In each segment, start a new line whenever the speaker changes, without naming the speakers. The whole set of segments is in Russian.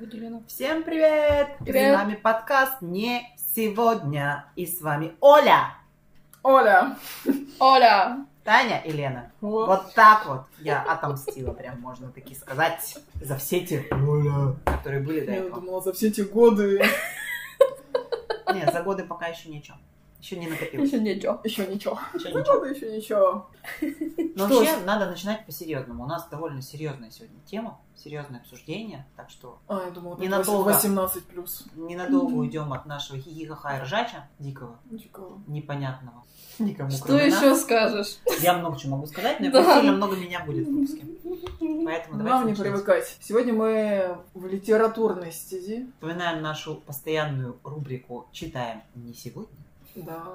выделено.
Всем привет!
Привет!
С вами подкаст «Не сегодня». И с вами Оля,
Оля,
Таня и Лена. Вот так вот я отомстила, прям можно таки сказать, за все те Оля, которые были до
я
этого.
думала, за все эти годы.
Нет, за годы пока еще ничего. Еще не накопилось.
Еще ничего. Еще ничего.
Еще ничего. Но
Что
вообще
ж.
надо начинать по-серьезному. У нас довольно серьезная сегодня тема, серьезное обсуждение, так что
Я думала,
ненадолго.
18+.
ненадолго уйдем от нашего хихихаха и ржача дикого,
Никого.
непонятного. Никому
Что
кроме
еще
нас.
скажешь?
Я много чего могу сказать, но
Да.
сильно много меня будет в выпуске. Поэтому давайте
Нам не
начинать.
привыкать. Сегодня мы в литературной стези.
Вспоминаем нашу постоянную рубрику «Читаем не сегодня».
Да.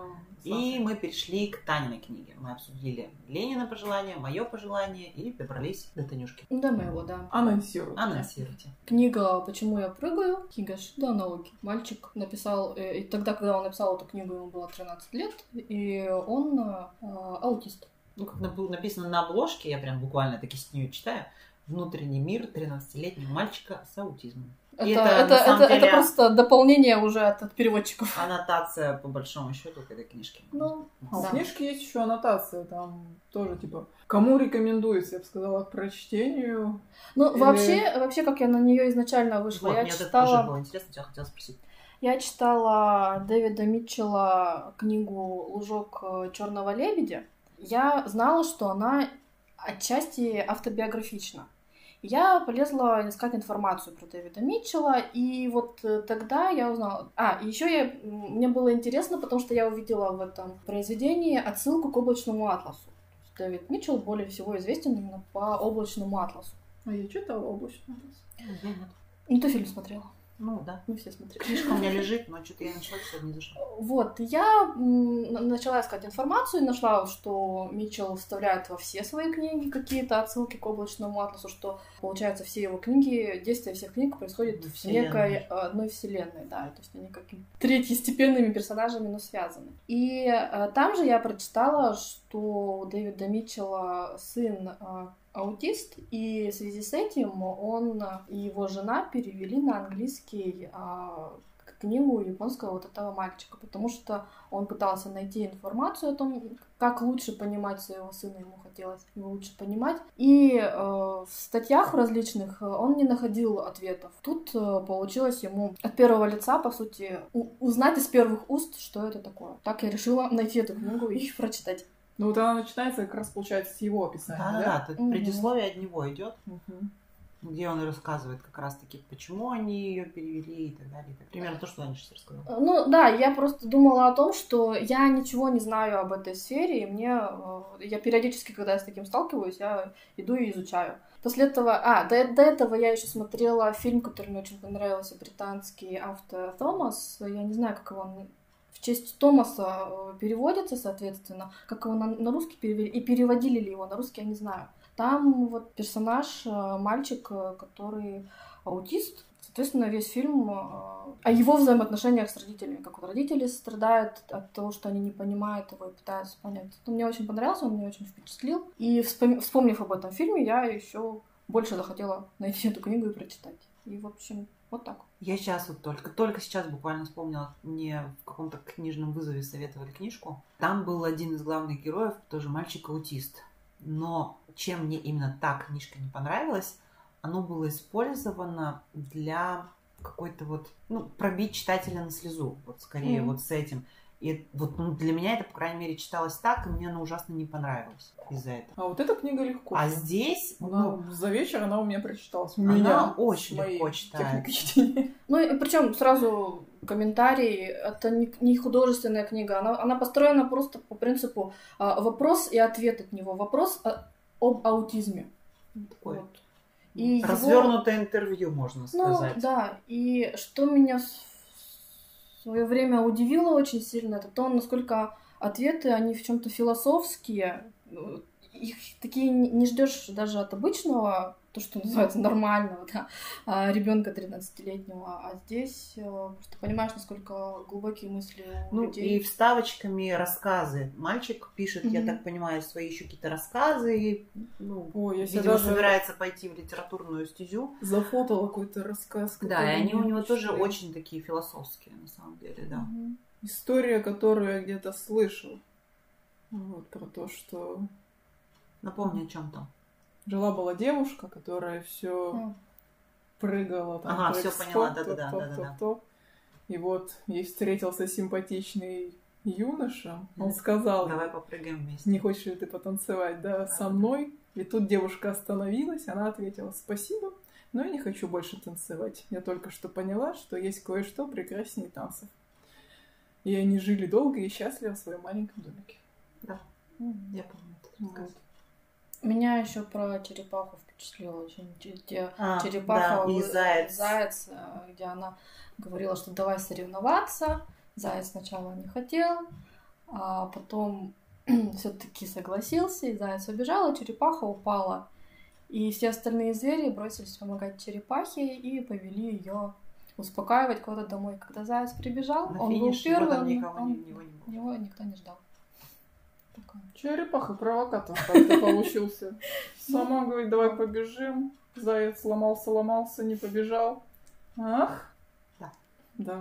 И мы перешли к Таниной книге. Мы обсудили Ленина пожелание, мое пожелание и добрались до Танюшки.
До моего, да.
Анонсируем.
Анонсируйте.
Книга «Почему я прыгаю» Хигашида Наоки. Мальчик написал, и тогда, когда он написал эту книгу, ему было 13 лет, и он аутист.
Ну, как написано на обложке, я прям буквально таки с нее читаю, «Внутренний мир 13-летнего мальчика с аутизмом». И на самом деле,
Это просто дополнение уже от переводчиков.
аннотация, по большому счету, к этой книжке.
Ну,
А
да.
в книжке есть еще аннотация, там тоже типа кому рекомендуется, я бы сказала, к прочтению.
Ну,
Или-
вообще, как я на нее изначально вышла,
Вот,
я
мне это тоже
читала...
было интересно, тебя хотела спросить.
Я читала Дэвида Митчелла книгу «Лужок черного лебедя». Я знала, что она отчасти автобиографична. Я полезла искать информацию про Дэвида Митчелла, и вот тогда я узнала... И еще мне было интересно, потому что я увидела в этом произведении отсылку к облачному атласу. Дэвид Митчелл более всего известен именно по облачному атласу.
А я читала «Облачный атлас».
Я нет.
Ну, ты фильм смотрела?
Ну, да.
Мы все смотрели.
Книжка у меня лежит, но что-то я начала, сегодня не зашла.
Вот, я начала искать информацию и нашла, что Митчелл вставляет во все свои книги какие-то отсылки к облачному атласу, что, получается, все его книги, действия всех книг происходят в некой одной вселенной, да, то есть они какими-то третьестепенными персонажами, но связаны. И там же я прочитала, что у Дэвида Митчелла сын аутист, и в связи с этим он и его жена перевели на английский книгу японского вот этого мальчика, потому что он пытался найти информацию о том, как лучше понимать своего сына, ему хотелось его лучше понимать. И в статьях различных он не находил ответов. Тут получилось ему от первого лица, по сути, узнать из первых уст, что это такое. Так я решила найти эту книгу и прочитать.
Ну вот она начинается как раз, получается, с его описания, да?
Да, тут
Мгм.
предисловие от него идет,
Мгм.
где он рассказывает как раз-таки, почему они ее перевели и так далее. Примерно то, что Аня сейчас рассказала.
Ну да, я просто думала о том, что я ничего не знаю об этой сфере, и я периодически, когда я с таким сталкиваюсь, я иду и изучаю. После этого, до этого я еще смотрела фильм, который мне очень понравился, британский автор Томас, я не знаю, как его в честь Томаса переводится, соответственно, как его на русский перевели, и переводили ли его на русский, я не знаю. Там вот персонаж, мальчик, который аутист. Соответственно, весь фильм о его взаимоотношениях с родителями. Как вот родители страдают от того, что они не понимают его и пытаются понять. Он мне очень понравился, он меня очень впечатлил. И вспомнив об этом фильме, я еще больше захотела найти эту книгу и прочитать. И, в общем, вот так.
Я сейчас вот только сейчас буквально вспомнила, мне в каком-то книжном вызове советовали книжку. Там был один из главных героев, тоже мальчик-аутист. Но чем мне именно та книжка не понравилась, оно было использовано для какой-то вот, пробить читателя на слезу, вот скорее вот с этим. И вот для меня это, по крайней мере, читалось так, и мне оно ужасно не понравилось из-за этого.
А вот эта книга легко.
А здесь,
За вечер она у меня прочиталась.
она очень легко читается.
Ну и причем сразу комментарий, это не художественная книга, она построена просто по принципу вопрос и ответ от него, вопрос об аутизме.
Такое
Вот. И
развернутое интервью, можно сказать.
Ну, да, и что меня в свое время удивило очень сильно, это то, насколько ответы, они в чем-то философские, их такие не ждешь даже от обычного то, что называется нормального, да, ребенка 13-летнего, а здесь просто понимаешь, насколько глубокие мысли у людей.
И вставочками рассказы. Мальчик пишет, я так понимаю, свои еще какие-то рассказы, и, видимо, собирается пойти в литературную стезю.
Зафотала какой-то рассказ.
Да, и они у него тоже очень такие философские, на самом деле, да.
История, которую я где-то слышал. Вот, про то, что...
Напомни, о чем там.
Жила-была девушка, которая все прыгала. Там,
все поняла, да.
И вот ей встретился симпатичный юноша. Он сказал,
давай попрыгаем вместе.
Не хочешь ли ты потанцевать, со мной? И тут девушка остановилась, она ответила, спасибо, но я не хочу больше танцевать. Я только что поняла, что есть кое-что прекраснее танцев. И они жили долго и счастливо в своем маленьком домике.
Да, я помню этот рассказ.
Меня еще про черепаху впечатлило очень. Черепаха
и
заяц, где она говорила, что давай соревноваться. Заяц сначала не хотел, а потом все-таки согласился, и заяц убежал, и черепаха упала. И все остальные звери бросились помогать черепахе и повели ее успокаивать куда-то домой. Когда заяц прибежал, он был первым, его никто не ждал.
Черепаха провокатор как-то получился. Сама говорит, давай побежим. Заяц ломался, не побежал. Ах. Да.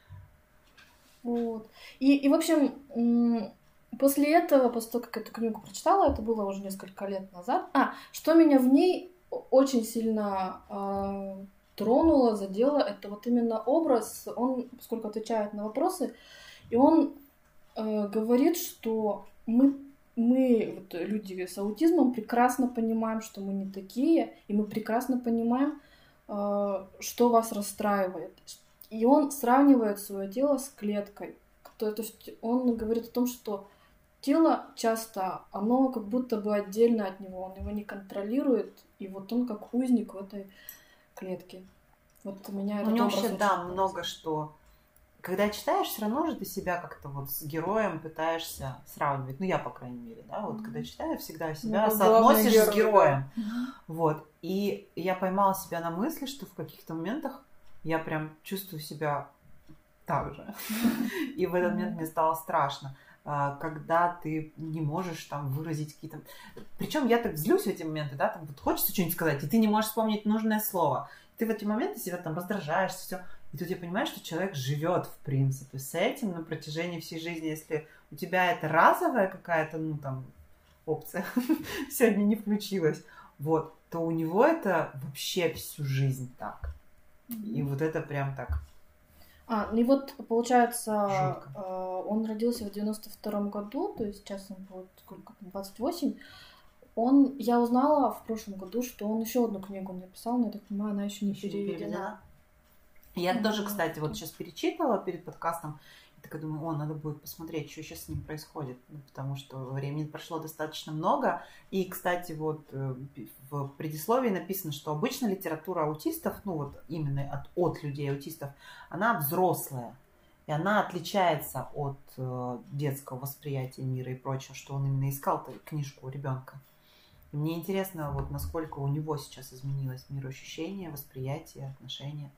Вот. И в общем, после этого, после того, как эту книгу прочитала, это было уже несколько лет назад. Что меня в ней очень сильно тронуло, задело, это вот именно образ. Он, поскольку отвечает на вопросы, и он говорит, что мы вот, люди с аутизмом, прекрасно понимаем, что мы не такие, и мы прекрасно понимаем, что вас расстраивает. И он сравнивает свое тело с клеткой. То есть он говорит о том, что тело часто, оно как будто бы отдельно от него, он его не контролирует, и вот он как узник в этой клетке. Вот у меня это
вообще, много что. Когда читаешь, все равно же ты себя как-то вот с героем пытаешься сравнивать. Я, по крайней мере, да, вот когда читаю, всегда себя соотносишь с героем. Вот. И я поймала себя на мысли, что в каких-то моментах я прям чувствую себя так же. И в этот момент мне стало страшно, когда ты не можешь там выразить какие-то... Причем я так злюсь в эти моменты, да, там вот хочется что-нибудь сказать, и ты не можешь вспомнить нужное слово. Ты в эти моменты себя там раздражаешься, все. И тут я понимаю, что человек живет, в принципе, с этим на протяжении всей жизни. Если у тебя это разовая какая-то, опция сегодня не включилась, вот, то у него это вообще всю жизнь так. И вот это прям так.
И вот, получается, он родился в 92-м году, то есть сейчас ему будет сколько там, 28. Я узнала в прошлом году, что он еще одну книгу написал, но я так понимаю, она еще не переведена.
Я тоже, кстати, вот сейчас перечитывала перед подкастом, и такая думаю, надо будет посмотреть, что сейчас с ним происходит, потому что времени прошло достаточно много. И, кстати, вот в предисловии написано, что обычно литература аутистов, именно от людей-аутистов, она взрослая, и она отличается от детского восприятия мира и прочего, что он именно искал книжку у ребенка. И мне интересно, вот насколько у него сейчас изменилось мироощущение, восприятие, отношения.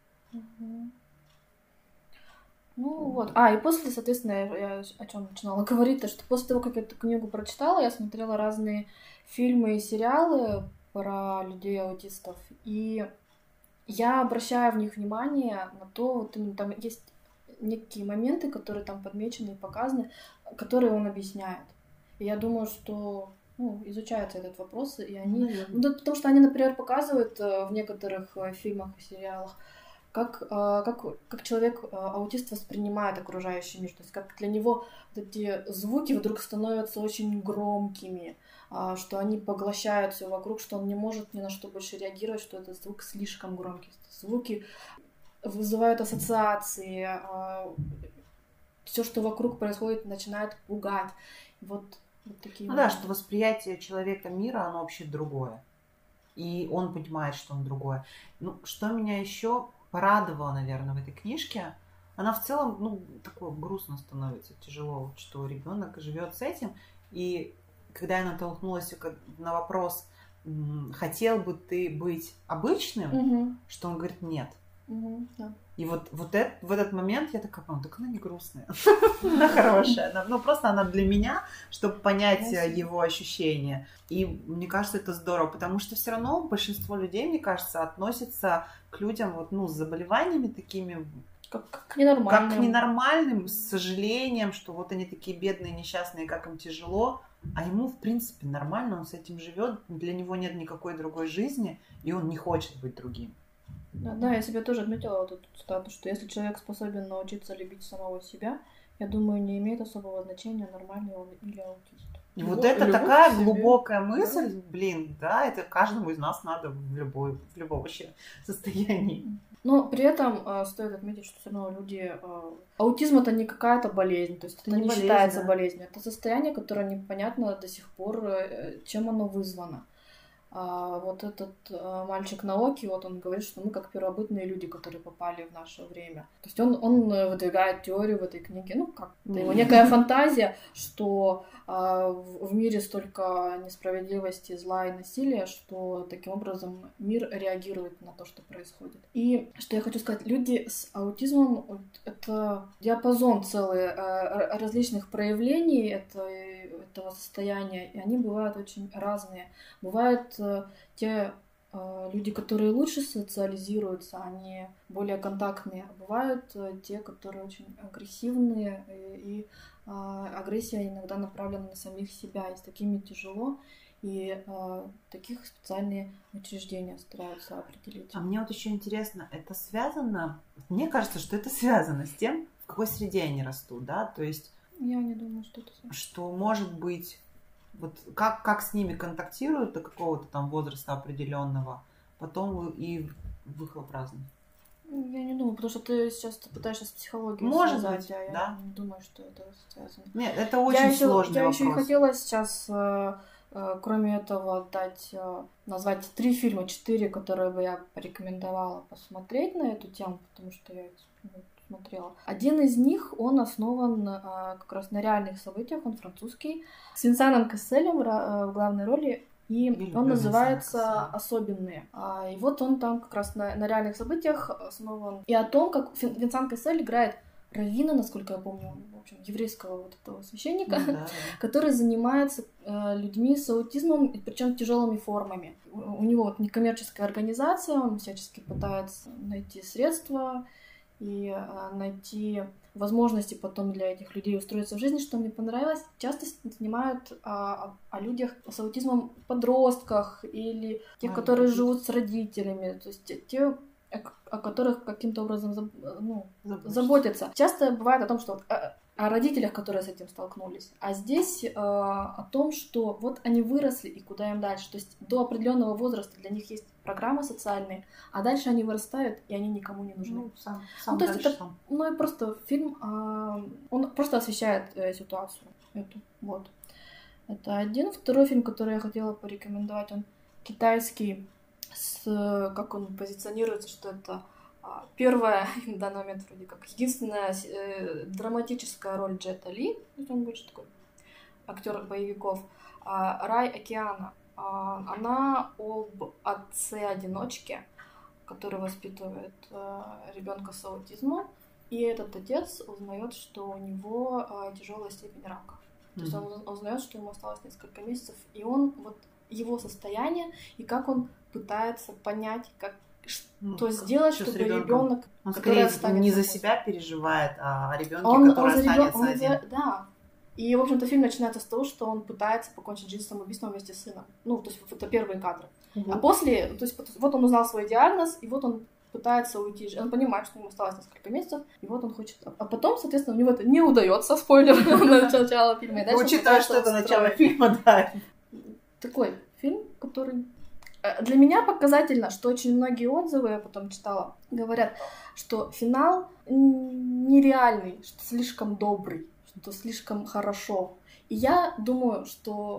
И после, соответственно, я о чем начинала говорить, то что после того, как я эту книгу прочитала, я смотрела разные фильмы и сериалы про людей-аутистов, и я обращаю в них внимание на то, вот именно там есть некие моменты, которые там подмечены и показаны, которые он объясняет. И я думаю, что изучается этот вопрос, и они... потому что они, например, показывают в некоторых фильмах и сериалах, как человек-аутист воспринимает окружающий мир. То есть как для него вот эти звуки вдруг становятся очень громкими, что они поглощают все вокруг, что он не может ни на что больше реагировать, что этот звук слишком громкий. Звуки вызывают ассоциации, все, что вокруг происходит, начинает пугать. Вот такие
что восприятие человека мира, оно вообще другое. И он понимает, что он другое. Что меня еще порадовало, наверное, в этой книжке, она в целом, такое грустно становится, тяжело, что ребенок живет с этим. И когда я натолкнулась на вопрос, хотел бы ты быть обычным, что он говорит нет.
Да.
И вот в этот момент я такая, так она не грустная, она хорошая, просто она для меня, чтобы понять его ощущения. И мне кажется, это здорово, потому что все равно большинство людей, мне кажется, относятся к людям с заболеваниями такими,
как к ненормальным.
Как к ненормальным, с сожалением, что вот они такие бедные, несчастные, как им тяжело, а ему, в принципе, нормально, он с этим живет, для него нет никакой другой жизни, и он не хочет быть другим.
Да, я себе тоже отметила вот эту цитату, что если человек способен научиться любить самого себя, я думаю, не имеет особого значения, нормальный он или аутист.
И вот это такая глубокая мысль, да, это каждому из нас надо в любом вообще состоянии.
Но при этом стоит отметить, что все равно люди... Аутизм это не какая-то болезнь, то есть это не считается болезнью. Это состояние, которое непонятно до сих пор, чем оно вызвано. Вот этот мальчик Наоки, вот он говорит, что мы как первобытные люди, которые попали в наше время. То есть он выдвигает теорию в этой книге, это его некая фантазия, что в мире столько несправедливости, зла и насилия, что таким образом мир реагирует на то, что происходит. И что я хочу сказать, люди с аутизмом — это диапазон целый различных проявлений этого состояния, и они бывают очень разные. Бывают те люди, которые лучше социализируются, они более контактные. А бывают те, которые очень агрессивные, и агрессия иногда направлена на самих себя, и с такими тяжело, и таких специальные учреждения стараются определить.
А мне вот еще интересно, это связано, мне кажется, что это связано с тем, в какой среде они растут, да, то есть...
Я не думаю, что это связано.
Что может быть... Вот как с ними контактируют до какого-то там возраста определенного, потом и выхлоп разный.
Я не думаю, потому что ты сейчас пытаешься с психологией
связать,
а я
да?
не думаю, что это связано.
Нет, это очень сложный вопрос.
Я еще и хотела сейчас, кроме этого, назвать 3 фильма, 4, которые бы я порекомендовала посмотреть на эту тему, потому что я смотрела. Один из них, он основан как раз на реальных событиях, он французский, с Винсаном Касселем в главной роли, и он называется «Особенные». И вот он там как раз на реальных событиях основан. И о том, как Винсан Кассель играет раввина, насколько я помню, в общем, еврейского вот этого священника, который занимается людьми с аутизмом, причем тяжелыми формами. У него вот некоммерческая организация, он всячески пытается найти средства и найти возможности потом для этих людей устроиться в жизни. Что мне понравилось, часто снимают о людях с аутизмом, подростках или тех, которые живут с родителями, то есть те, о которых каким-то образом заботятся. Часто бывает о том, что о родителях, которые с этим столкнулись. А здесь о том, что вот они выросли и куда им дальше. То есть до определенного возраста для них есть программы социальные, а дальше они вырастают, и они никому не нужны. То есть это, и просто фильм, он просто освещает ситуацию эту. Вот. Это один. Второй фильм, который я хотела порекомендовать, он китайский, как он позиционируется, что это первая, в данный момент вроде как единственная драматическая роль Джета Ли, он больше такой актер боевиков, «Рай океана». Она об отце-одиночке, который воспитывает ребенка с аутизмом, и этот отец узнает, что у него тяжелая степень рака. То есть он узнает, что ему осталось несколько месяцев, и он вот его состояние и как он пытается понять, что сделать, чтобы ребенок,
он скорее не за себя переживает, а о ребенке, который останется один.
Да. И, в общем-то, фильм начинается с того, что он пытается покончить жизнь самоубийством вместе с сыном. То есть это первые кадры. А после, то есть вот он узнал свой диагноз, и вот он пытается уйти. Он понимает, что ему осталось несколько месяцев, и вот он хочет... А потом, соответственно, у него это не удается, спойлер, на начало фильма.
Учитывая, что это начало фильма, да.
Такой фильм, который... Для меня показательно, что очень многие отзывы, я потом читала, говорят, что финал нереальный, что слишком добрый, что слишком хорошо. И я думаю, что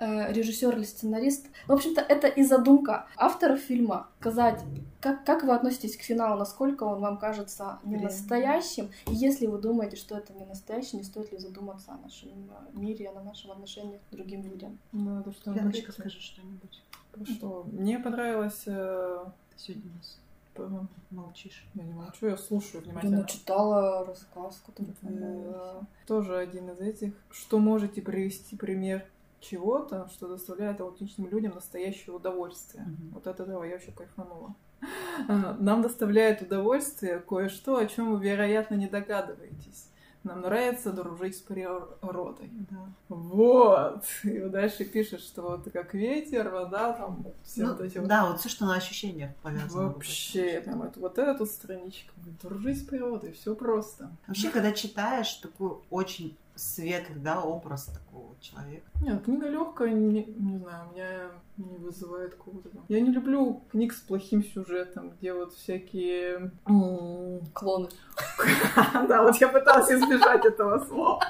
режиссер или сценарист. В общем-то, это и задумка автора фильма сказать, как вы относитесь к финалу, насколько он вам кажется не настоящим. И если вы думаете, что это не настоящий, не стоит ли задуматься о нашем мире, о нашем отношении к другим людям.
Надо что
Леночка, скажи что-нибудь.
Что? Мне понравилось...
Ты сегодня у нас молчишь.
Я не молчу, я слушаю внимательно.
Я начитала рассказ, который
тоже один из этих. Что можете привести пример чего-то, что доставляет аутичным людям настоящее удовольствие. Вот от этого я вообще кайфанула. Нам доставляет удовольствие кое-что, о чем вы, вероятно, не догадываетесь. Нам нравится дружить с природой.
Да.
Вот. И вот дальше пишет, что вот как ветер, вода, там все вот эти вот.
Да, вот все, что на ощущениях повязано.
Вообще, прям вот эта тут страничка. Дружить с природой, все просто.
Вообще, когда читаешь такой очень светлый, да, образ такого человека.
Нет, книга легкая, не знаю, меня не вызывает какого-то там. Я не люблю книг с плохим сюжетом, где вот всякие
клоны.
Да, вот я пыталась избежать этого слова.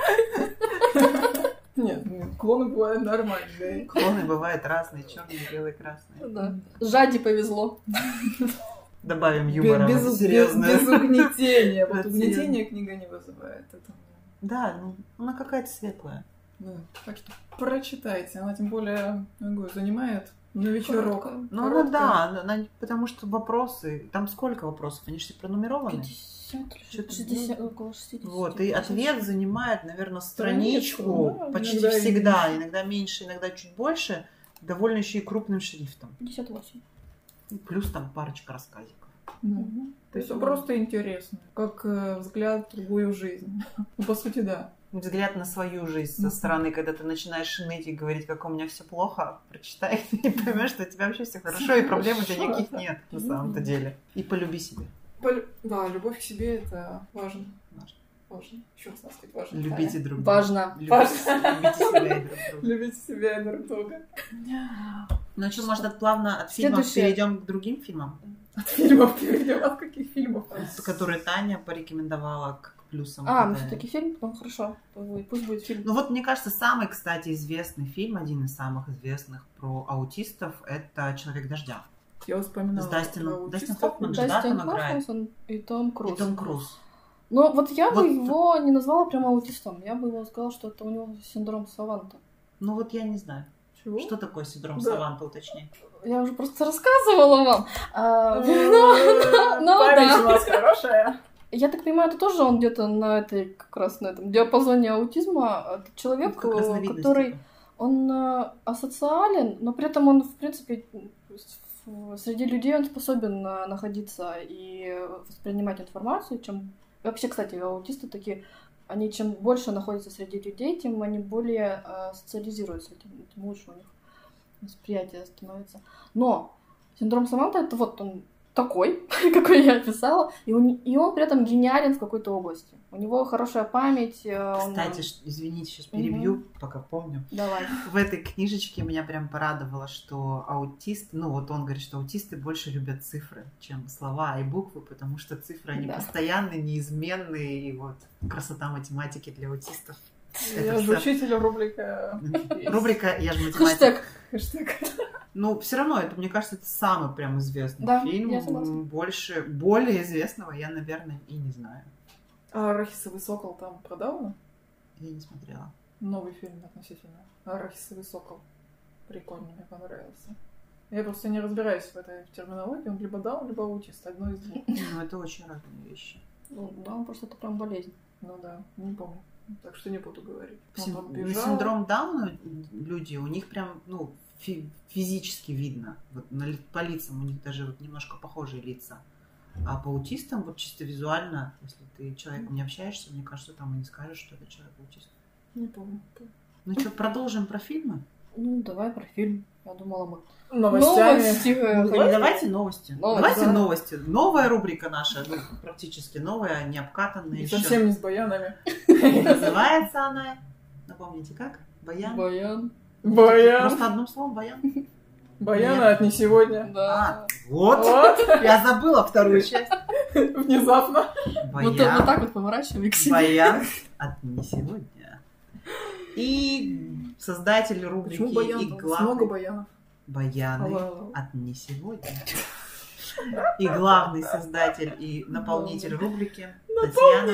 Нет, клоны бывают нормальные.
Клоны бывают разные, черные, белые, красные.
Да. Жади повезло.
Добавим юмора.
Без угнетения. Вот угнетение книга не вызывает.
Да, ну она какая-то светлая.
Да. Так что прочитайте. Она тем более занимает на вечерок.
Ну она да, потому что вопросы, там сколько вопросов? Они же все пронумерованы.
50, 60, около 60.
Вот, и ответ занимает, наверное, страничку почти всегда. Иногда меньше, иногда чуть больше. Довольно еще и крупным шрифтом.
58.
Плюс там парочка рассказиков.
То есть просто интересно, как взгляд в другую жизнь. Ну, по сути, да.
Взгляд на свою жизнь со стороны, когда ты начинаешь ныть и говорить, как у меня все плохо, прочитай и поймешь, что у тебя вообще все хорошо, и проблем у тебя никаких нет на самом-то деле. И полюби себя.
Да, любовь к себе — это важно. Важно. Еще раз надо сказать, важно.
Любите друг друга.
Важно.
Любите себя и друг друга.
Любите себя и друг друга.
Ну что, может, плавно от фильмов перейдем к другим фильмам?
От фильмов перейдем? От каких фильмов?
Которые Таня порекомендовала к плюсам.
Мы все-таки фильм? Ну, хорошо. Пусть будет фильм.
Ну вот, мне кажется, самый, кстати, известный фильм, один из самых известных про аутистов, это «Человек дождя».
Я вспоминала.
С Дастин Хоффман же, да, там играет?
И Том Круз.
И Том Круз.
Ну, вот я бы его не назвала прям аутистом. Я бы его сказала, что это у него синдром Саванта.
Ну, вот я не знаю.
Чего?
Что такое синдром Саванта, уточни?
Я уже просто рассказывала вам.
Память у нас хорошая.
Я так понимаю, это тоже он где-то на этой, как раз на этом диапазоне аутизма. Это человек, который, он асоциален, но при этом он, в принципе, среди людей он способен находиться и воспринимать информацию. Вообще, кстати, аутисты такие, они чем больше находятся среди людей, тем они более социализируются, тем лучше у них восприятие становится. Но синдром Саманта — это вот он такой, какой я описала, и он при этом гениален в какой-то области. У него хорошая память.
Кстати, извините, сейчас перебью, пока помню.
Давай.
В этой книжечке меня прям порадовало, что аутисты, ну вот он говорит, что аутисты больше любят цифры, чем слова и буквы, потому что цифры, они постоянные, неизменные, и вот красота математики для аутистов.
Я же учитель, рубрика.
Рубрика «Я же математик».
Хэштег.
Ну, все равно, это, мне кажется, это самый прям известный фильм. Более известного я, наверное, и не знаю.
А «Арахисовый сокол» там продавно?
Я не смотрела.
Новый фильм относительно. «Арахисовый сокол». Прикольно, мне понравился. Я просто не разбираюсь в этой терминологии. Он либо даун, либо аутист. Одно из двух.
Ну, это очень разные вещи.
Ну, даун просто это прям болезнь.
Ну да, не помню. Так что не буду говорить.
Синдром Дауна люди, у них прям, ну, физически видно. Вот по лицам у них даже вот немножко похожие лица. А по аутистам, вот чисто визуально, если ты человеком не общаешься, мне кажется, там и не скажешь, что это человек-аутист.
Не помню.
Ну что, продолжим про фильмы?
Ну, давай про фильм. Я думала, мы...
Новостями.
Давайте новости. Давайте новости. Новая рубрика наша, ну, практически новая, не обкатанная еще.
Совсем не с баянами.
Называется она, напомните, как?
Баян.
Просто одним словом баян.
Баяна от не сегодня.
Да.
Вот. Я забыла вторую часть.
Внезапно.
Вот так вот поворачивай к себе.
Баян от не сегодня. И создатель рубрики
Почему Баян?
и
Там
главный...
много Баянов.
Баяны
Алло.
от не сегодня. И главный создатель и наполнитель рубрики Татьяна.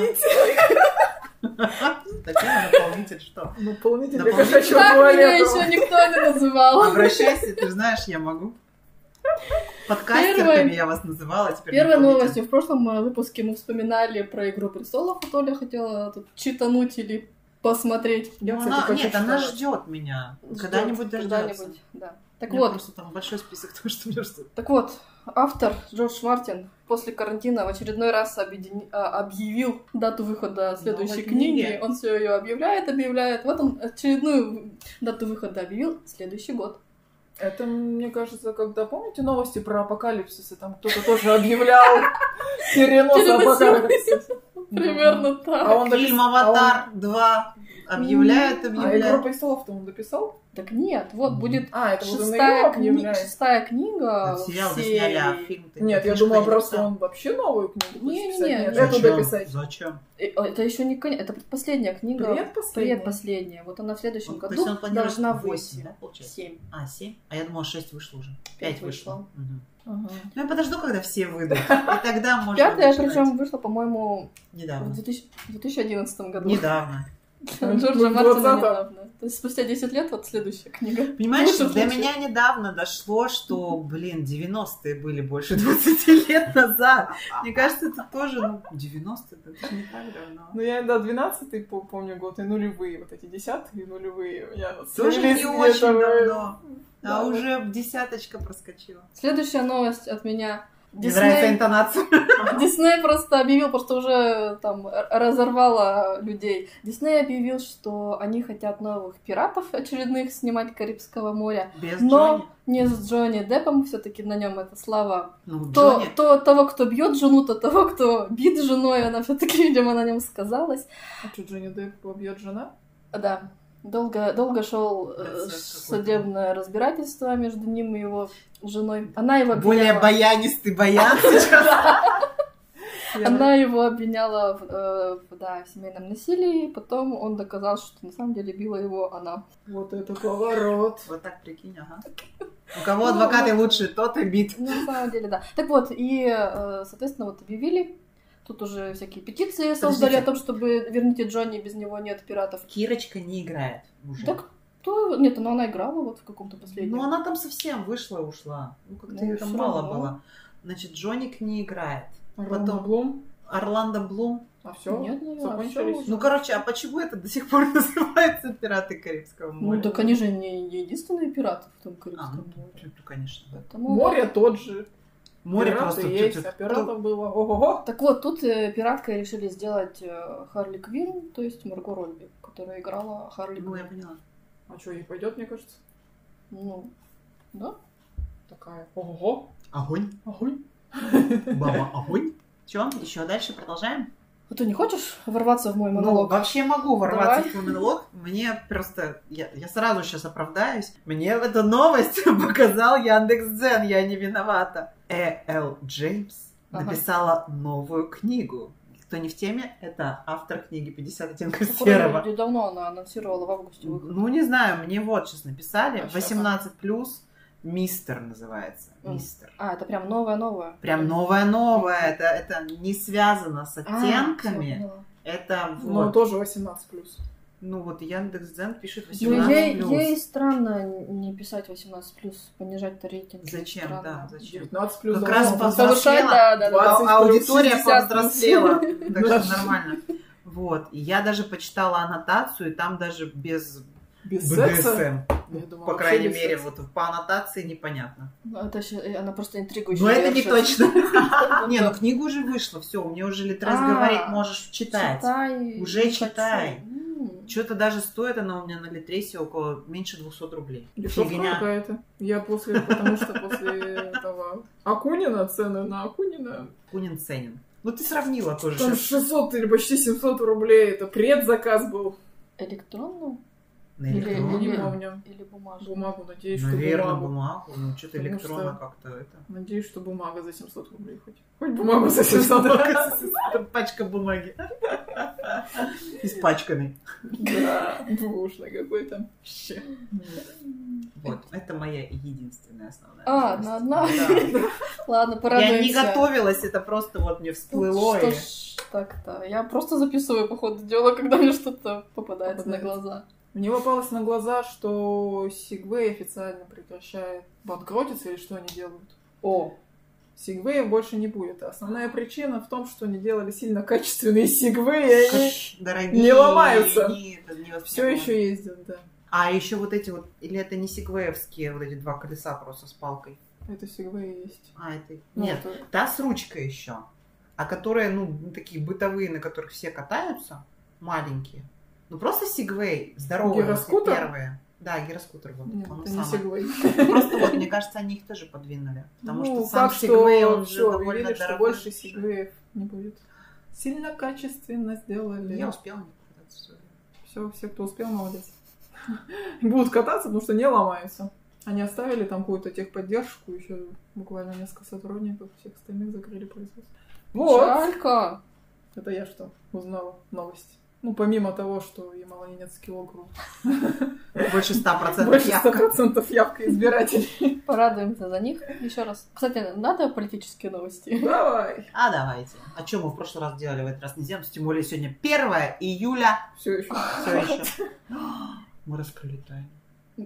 Татьяна, наполнитель что?
Наполнитель
Наполнитель.
кошачьего
Так меня
туалета.
еще никто не называл.
Обращайся, ты знаешь, я могу. Подкастерками я вас называла, теперь
Первой
наполнитель.
новостью. В прошлом выпуске мы вспоминали про «Игру престолов», а Толя хотела тут читануть или посмотреть.
Я,
Ну,
кстати,
она,
хочу
нет, она
читать.
ждет меня.
Ждёт,
Когда-нибудь дождется.
когда-нибудь, да. Так
У меня
вот,
просто там большой список того, что меня ждет.
Так вот, автор Джордж Мартин после карантина в очередной раз объявил дату выхода следующей
Новой
книги.
книги.
Он все ее объявляет. Вот он очередную дату выхода объявил следующий год.
Это, мне кажется, когда, помните новости про апокалипсис, и там кто-то тоже объявлял перенос апокалипсиса.
Примерно
А
так.
он
Фильм
допис-
«Аватар 2» объявляет,
А «Игру
объявляет.
престолов»-то он дописал?
Так нет, вот будет
А, это вот он
шестая,
её объявляет.
шестая книга.
Вот сериал
серии.
засняли, а фильм-то
Нет, я
книжку
думала,
не
просто
написал.
он вообще новую книгу хочет
Не-не-не,
писать. Нет,
нет.
эту
Зачем?
дописать.
Зачем?
Это еще не конец, это предпоследняя книга.
Предпоследняя.
Предпоследняя. Вот она в следующем
То есть
году
он планирует
должна
8,
выйти.
да, получается?
7.
А, 7? А я думала, 6 вышло уже.
5
5 вышло.
вышло.
Мгм.
Ага.
Ну, я подожду, когда все выйдут. И тогда можно
Пятая,
начинать.
причем вышла, по-моему, в
Недавно.
2011 году.
Недавно.
Джорджа
В
Мартина
20-м.
недавно. То есть спустя 10 лет вот следующая книга.
Понимаешь,
Лучше
до
случай.
меня недавно дошло, что, 90-е были больше 20 лет назад. Мне кажется, это тоже, 90-е, это не так давно.
Ну, я, да, 12-й помню год, и нулевые, вот эти 10-е и нулевые. У меня
Тоже
слились
не
где-то
очень
в-
давно.
Да,
А
да.
уже десяточка проскочила.
Следующая новость от меня.
Мне нравится интонация.
Дисней просто объявил, просто уже там разорвало людей. Дисней объявил, что они хотят новых пиратов очередных снимать Карибского моря.
Без
Но
Джонни.
не с Джонни Деппом, все-таки на нем эта слава.
Ну,
То,
Джонни.
того, кто бьет жену, то того, кто бит женой, она все-таки, видимо, на нем сказалась.
А что, Джонни Депп побьет жена?
Да. Долго шел
Процесс
судебное разбирательство между ним и его женой. Она его
Более
обвиняла,
баянистый баян сейчас.
она его обвиняла в семейном насилии, потом он доказал, что на самом деле била его она.
Вот это поворот.
Вот так прикинь, ага. У кого адвокаты лучше, тот и бит.
Ну, на самом деле, да. Так вот, и, соответственно, вот объявили. Тут уже всякие петиции создали о том, чтобы верните Джонни, без него нет пиратов.
Кирочка не играет уже.
Так, то... Нет, но она играла вот в каком-то последнем.
Ну, она там совсем вышла, ушла. Ну, как-то
Ну,
ее там
всё
мало
равно.
было. Значит, Джоник не играет.
Орландо
Потом
Блум.
Орландо Блум.
А все?
Нет, наверное,
закончились?
всё.
Ну, короче, а почему это до сих пор называется «Пираты Карибского моря»?
Ну, так они же не единственные пираты в том
А,
Карибском
ну,
море.
конечно.
Поэтому...
Море тот же.
Море
Пираты
просто...
есть,
тю-тю.
а пиратов было ого-го.
Так вот, тут пираткой решили сделать Харли Квинн, то есть Марго Робби, которая играла Харли
Ну, я
Квинн.
поняла.
А что, ей пойдет, мне кажется?
Ну, да.
Такая ого-го.
Огонь.
Огонь.
Баба, огонь. Че, еще дальше продолжаем?
А ты не хочешь ворваться в мой
Ну,
монолог?
вообще могу ворваться
Давай.
в твой монолог. Мне просто... Я сразу сейчас оправдаюсь. Мне эту новость показал Яндекс.Дзен. Я не виновата. Л. Джеймс
Ага.
написала новую книгу. Кто не в теме, это автор книги «50 оттенков
Которую
серого».
вроде давно она анонсировала в августе выход.
Ну, не знаю, мне вот сейчас написали.
А, щас.
18+, Мистер называется.
М.
Мистер.
А, это прям новая-новая.
Прям новое-новое. Это не связано с
А,
оттенками.
всё, поняла.
Это
Но
вот.
тоже 18+.
Ну вот Яндекс.Дзен пишет
Ну,
18+.
ей странно не писать 18+, понижать рейтинг.
Зачем,
Странно.
да, зачем?
19+.
Как
давно.
раз
Повзрослела.
повзрослела,
да.
20 плюс,
аудитория
60 плюс.
повзрослела, так
Да.
что нормально. Вот, и я даже почитала аннотацию, и там даже без
Без секса?
БДСМ.
Я думала,
По
вообще
крайней
без
мере,
секса.
вот по аннотации непонятно.
Это она просто интригующая.
Но это не
версия.
точно. Не, ну книга уже вышла, все, мне уже лет раз
А,
говорить можешь читать.
Читай.
Уже
не
читай.
хочу.
Что-то даже стоит она у меня на Литресе около меньше 200 рублей.
Дешевка
Фигня.
какая-то. Потому что после этого Акунина, цены на Акунина,
Кунин ценен. Ну ты сравнила тоже.
там
щас.
600 или почти 700 рублей. Это предзаказ был.
Электронную
На
Или-
электронную.
Не
или-
помню.
или бумажную?
Бумагу, надеюсь, что
Наверное,
бумагу.
бумагу. Ну, что-то
Потому
электронно
что-
как-то это.
Надеюсь, что бумага за 700 рублей хоть. Хоть бумагу за 700 рублей.
Пачка бумаги. Испачканный.
Да, бушный какой-то.
Вот, это моя единственная основная.
одна.
Да.
Ладно,
Я
порадуемся.
не готовилась, это просто вот мне всплыло.
Что
и-
ж, так-то. Я просто записываю по ходу дела, когда мне что-то попадается на глаза.
Мне попалось на глаза, что Segway официально прекращает банкротиться или что они делают.
О,
Segway больше не будет. Основная причина в том, что они делали сильно качественные Segway, и они
Дорогие,
не ломаются.
это
все еще ездят, да.
А еще вот эти вот, или это не сегвеевские, вот эти два колеса просто с палкой?
Это Segway есть.
А, это...
Ну,
Нет,
это-
та с ручкой еще. А которые, ну, такие бытовые, на которых все катаются, маленькие. Ну, просто сегвей, здоровые,
Гироскутер?
первые. Да, гироскутер вот.
Нет,
он
это не
самый.
Segway.
Просто вот, мне кажется, они их тоже подвинули. Потому
Ну,
что сам
так
сегвей, он
что
же
всё,
довольно
объявили, что
дорогой.
больше Segway не будет. Сильно качественно сделали.
Я успела не покататься.
Все, кто успел, молодец. Будут кататься, потому что не ломаются. Они оставили там какую-то техподдержку, еще буквально несколько сотрудников, всех остальных закрыли производство. Вот!
Чалька.
Это я что, узнала новость. Ну, помимо того, что Ямало-Ненецкий округ.
Больше 100%
Больше
явка.
100% явка избирателей.
Порадуемся за них еще раз. Кстати, надо политические новости?
Давай!
А давайте. А что мы в прошлый раз делали, в этот раз не сделаем? Тем более сегодня 1 июля.
Все еще.
Все еще. Мы раскрыли тайну.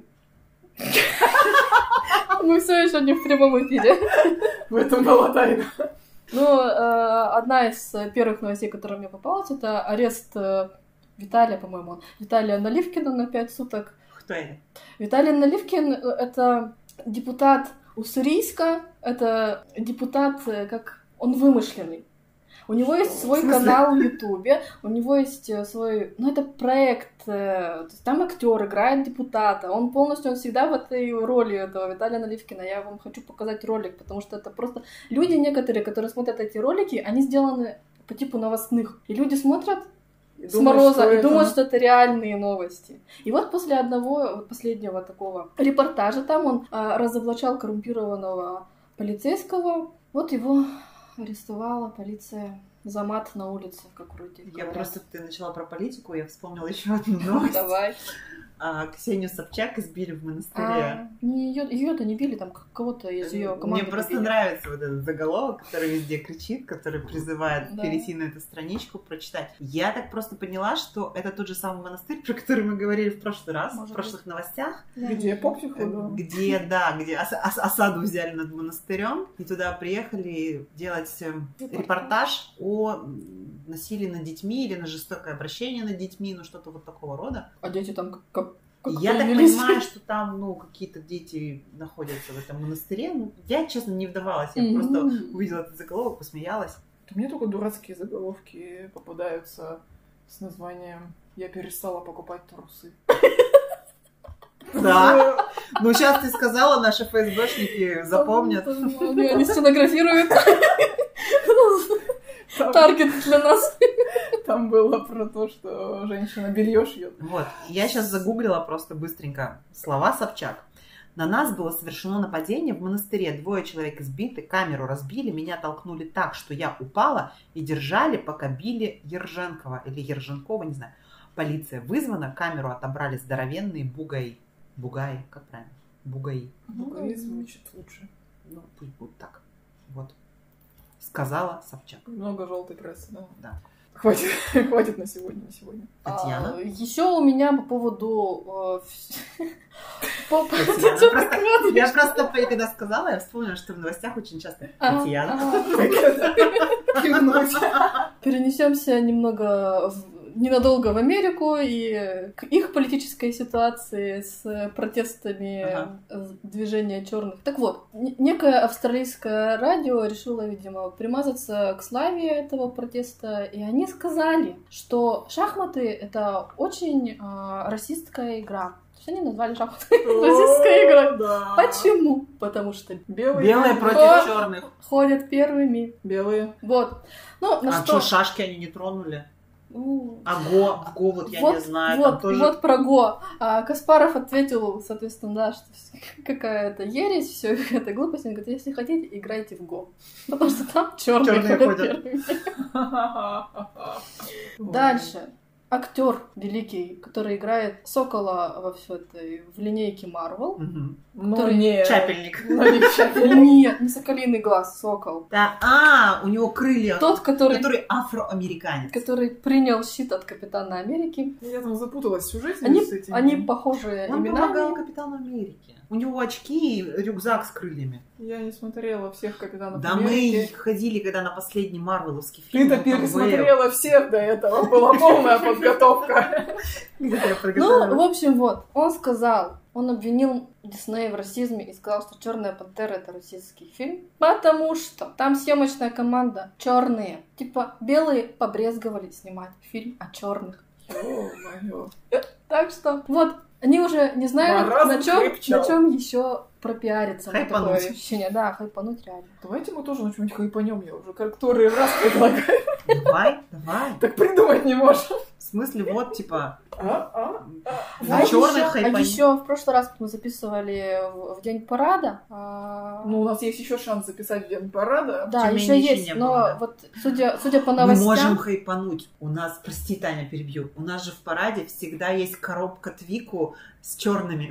Мы все еще не в прямом эфире.
В этом была тайна.
Ну, одна из первых новостей, которая мне попалась, это арест Виталия, по-моему, Виталия Наливкина на 5 суток.
Кто это?
Виталий Наливкин — это депутат Уссурийска, это депутат, как он вымышленный. У него есть свой
В смысле?
канал в Ютубе, у него есть свой, ну это проект, то есть там актер играет депутата, он всегда в этой роли этого Виталия Наливкина. Я вам хочу показать ролик, потому что это просто люди некоторые, которые смотрят эти ролики, они сделаны по типу новостных, и люди смотрят с мороза и думают, что это реальные новости. И вот после одного, последнего такого репортажа там он разоблачал коррумпированного полицейского, вот его арестовала полиция за мат на улице, как вроде
Я
говорят.
просто, ты начала про политику, я вспомнила еще одну новость.
Давай.
Ксению Собчак избили в монастыре.
Ее-то не били, там кого-то из ее команды.
Мне просто
побили.
нравится вот этот заголовок, который везде кричит, который призывает
Да.
перейти на эту страничку, прочитать. Я так просто поняла, что это тот же самый монастырь, про который мы говорили в прошлый раз,
Может
в прошлых новостях,
Да.
Где эпоксиху, да.
где осаду взяли над монастырем, и туда приехали делать репортаж о насилии над детьми или на жестокое обращение над детьми, ну что-то вот такого рода.
А дети там как
Я так
появились?
понимаю, что там, ну, какие-то дети находятся в этом монастыре. Ну, я, честно, не вдавалась. Я просто увидела этот заголовок, посмеялась.
Мне только дурацкие заголовки попадаются с названием «Я перестала покупать трусы».
Да. Ну, сейчас ты сказала, наши ФСБшники запомнят.
Они стенографируют.
Там-
Таргет для нас.
Там было про то, что женщина белье шьет.
Вот, я сейчас загуглила просто быстренько слова Собчак. На нас было совершено нападение в монастыре. 2 человек избиты, камеру разбили, меня толкнули так, что я упала и держали, пока били Ерженкова или Ерженкова, не знаю. Полиция вызвана, камеру отобрали здоровенные бугаи. Бугаи, как правильно? Бугаи.
Бугаи звучит лучше.
Ну, пусть будет так. Вот. Сказала Собчак.
Много желтой прессы, да.
Да.
Хватит на сегодня.
Татьяна?
Еще у меня по поводу...
Татьяна. Я просто, когда сказала, я вспомнила, что в новостях очень часто Татьяна.
Перенесемся немного ненадолго в Америку и к их политической ситуации с протестами движения черных. Так вот, некое австралийское радио решило, видимо, примазаться к славе этого протеста, и они сказали, что шахматы — это очень расистская игра. То есть они назвали шахматы расистской игрой.
Да.
Почему? Потому что
Белые против черных.
ходят первыми.
Белые.
Вот. Ну, на
А что, шашки они не тронули?
Ну,
А го, вот я не знаю, там тоже...
Вот про Го. Каспаров ответил, соответственно, да, что какая-то ересь, все это глупость. Он говорит, если хотите, играйте в Го. Потому что там черные ходят
ходят.
первыми. Дальше. актер великий, который играет Сокола в линейке Марвел.
Но не...
Чапельник.
Но не Чапельник.
Нет, не Соколиный глаз, Сокол.
Да, у него крылья.
Тот, который
афроамериканец.
который принял щит от Капитана Америки.
Я там запуталась в сюжете с этим.
Они похожи
Он
именами.
помогал Капитану Америки. У него очки и рюкзак с крыльями.
Я не смотрела всех Капитанов
Да
Америки.
мы ходили, когда на последний марвеловский фильм.
Ты-то пересмотрела всех до этого. Была полная подготовка.
Ну, в общем, вот. Он обвинил Дисней в расизме и сказал, что «Черная пантера» — это российский фильм. Потому что там съемочная команда черные. Типа белые побрезговали снимать фильм о черных.
Ё-моё.
Так что вот. Они уже не знают, на чем еще пропиариться.
Хайпануть.
Такое ощущение. Да, хайпануть реально.
Давайте мы тоже на чем-нибудь хайпанем. Я уже который раз предлагаю.
Давай.
Так придумать не можем.
В смысле, вот, типа,
А
черных хайпанем.
А еще в прошлый раз мы записывали в день парада.
Ну, у нас есть еще шанс записать в день парада.
Да,
Тюмени
еще
еще
есть.
не
Но
было, да.
вот судя по
Мы
новостям.
можем хайпануть. У нас, прости, Таня, перебью. У нас же в параде всегда есть коробка Твику с черными.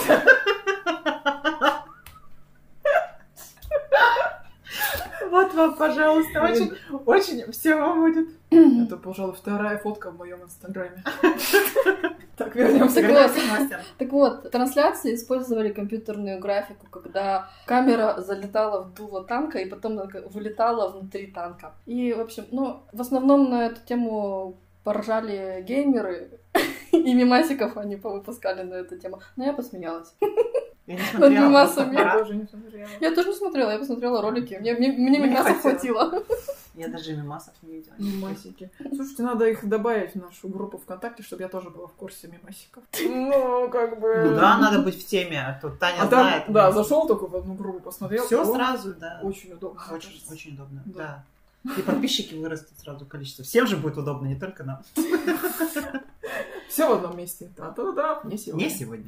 Вот вам, пожалуйста, очень всего будет.
Это, пожалуй, вторая фотка в моем инстаграме. Так, вернемся к
Согласен.
Так вот, трансляции использовали компьютерную графику, когда камера залетала в дуло танка и потом вылетала внутри танка. И, в общем, в основном на эту тему поржали геймеры, и мемасиков они повыпускали на эту тему. Но я посмеялась.
Я не смотрела.
мемасами.
Я тоже не смотрела.
Я тоже не смотрела, я посмотрела ролики. Мне мемасов хватило.
Я даже мемасов не видела.
Мемасики. Слушайте, надо их добавить в нашу группу ВКонтакте, чтобы я тоже была в курсе мемасиков. Ну, как бы...
Ну да, надо быть в теме, а то Таня
А
знает.
там, да, зашел только в одну группу, посмотрел.
Все сразу, да.
Очень удобно.
Очень удобно,
Да.
да. И подписчики вырастут сразу количество. Всем же будет удобно, не только нам.
Все в одном месте. Да-да-да. Не сегодня.
Не сегодня.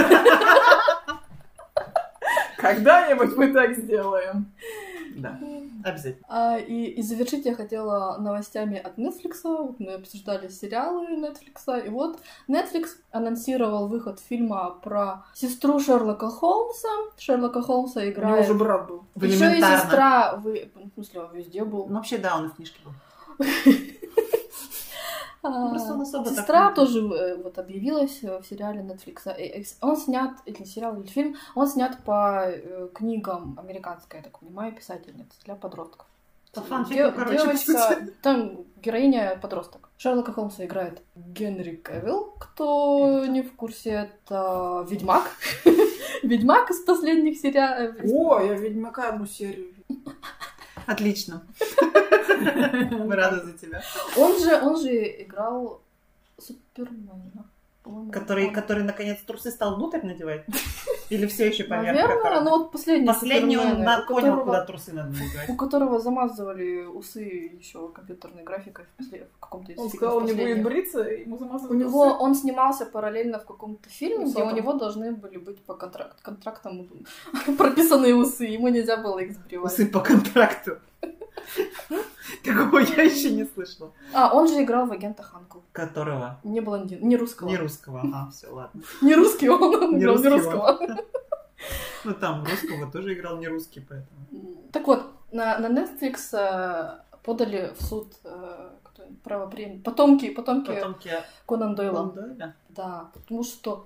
Когда-нибудь мы так сделаем.
Да, обязательно.
И завершить я хотела новостями от Netflix. Вот мы обсуждали сериалы Netflix. И вот Netflix анонсировал выход фильма про сестру Шерлока Холмса. Шерлока Холмса
У него
играет...
же брат был.
Еще и сестра... В смысле, он везде был.
Ну, вообще, да, он и в книжке был. Просто он особо
Сестра
так...
тоже вот объявилась в сериале Netflix. Он снят, или сериал, или фильм, он снят по книгам американской, я так понимаю, писательницы для подростков. Девочка, там героиня подросток. Шерлока Холмса играет Генри Кевилл. Кто не в курсе, это Ведьмак. Ведьмак из последних сериалов.
О, я Ведьмака одну серию.
Отлично. Мы рады за тебя.
Он же играл Супермена.
Который наконец трусы стал внутрь надевать? Или все еще поверх?
Наверное, ну вот последний
он понял, куда трусы надо надевать.
У которого замазывали усы еще компьютерной графикой в каком-то из
Он сказал, он не будет бриться, и ему замазывали
усы. Он снимался параллельно в каком-то фильме, где у
Усатом.
него должны были быть по контрактам прописанные усы. Ему нельзя было их сбривать.
Усы по контракту. Такого я еще не слышала.
Он же играл в агента Ханкл.
Которого?
Не блондин, не русского.
Не русского, все, ладно.
Не русский он
Не
играл, не
русский
русского.
Ну там русского тоже играл не русский, поэтому.
Так вот, на Netflix подали в суд потомки Конан Дойла. Да, потому что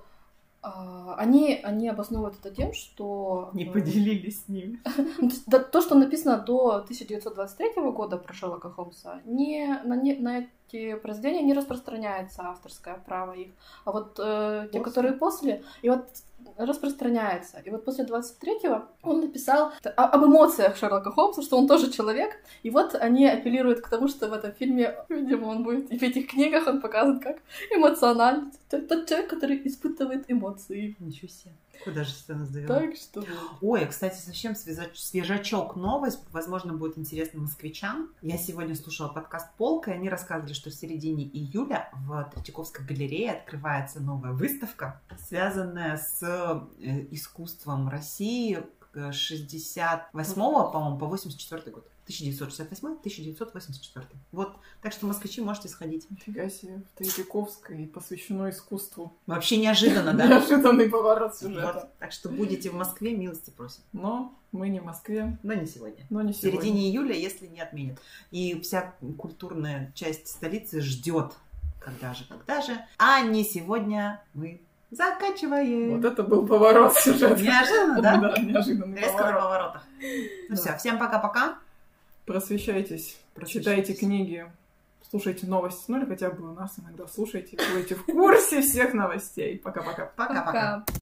они обосновывают это тем, что...
Не поделились с ним.
То, что написано до 1923 года про Шерлока Холмса, на эти произведения не распространяется авторское право их. А вот те, которые после, и вот распространяется. И вот после 23-го он написал об эмоциях Шерлока Холмса, что он тоже человек. И вот они апеллируют к тому, что в этом фильме, видимо, он будет... И в этих книгах он показан как эмоциональный. Тот человек, который испытывает эмоции.
Ничего себе. Куда же сцена сдавила?
Так что...
Ой, кстати, совсем свежачок новость. Возможно, будет интересно москвичам. Я сегодня слушала подкаст «Полка», и они рассказывали, что в середине июля в Третьяковской галерее открывается новая выставка, связанная с искусством России, 68-го, по-моему, по 84 год. 1968-1984. Вот, так что москвичи можете сходить.
Нифига себе, в Третьяковской посвящено искусству.
Вообще неожиданно, да?
Неожиданный поворот сюжета.
Вот, так что будете в Москве, милости просим.
Но мы не в Москве.
Но не сегодня.
Но не
В
сегодня.
середине июля, если не отменят. И вся культурная часть столицы ждет. Когда же. А не сегодня мы заканчиваем.
Вот это был поворот сюжета.
Неожиданно, да?
Да, неожиданный
Резко на
поворот.
поворотах. Ну все, всем пока-пока.
Просвещайтесь, читайте книги, слушайте новости, ну или хотя бы у нас иногда слушайте, будете в курсе всех новостей. Пока-пока.
Пока-пока.
Пока.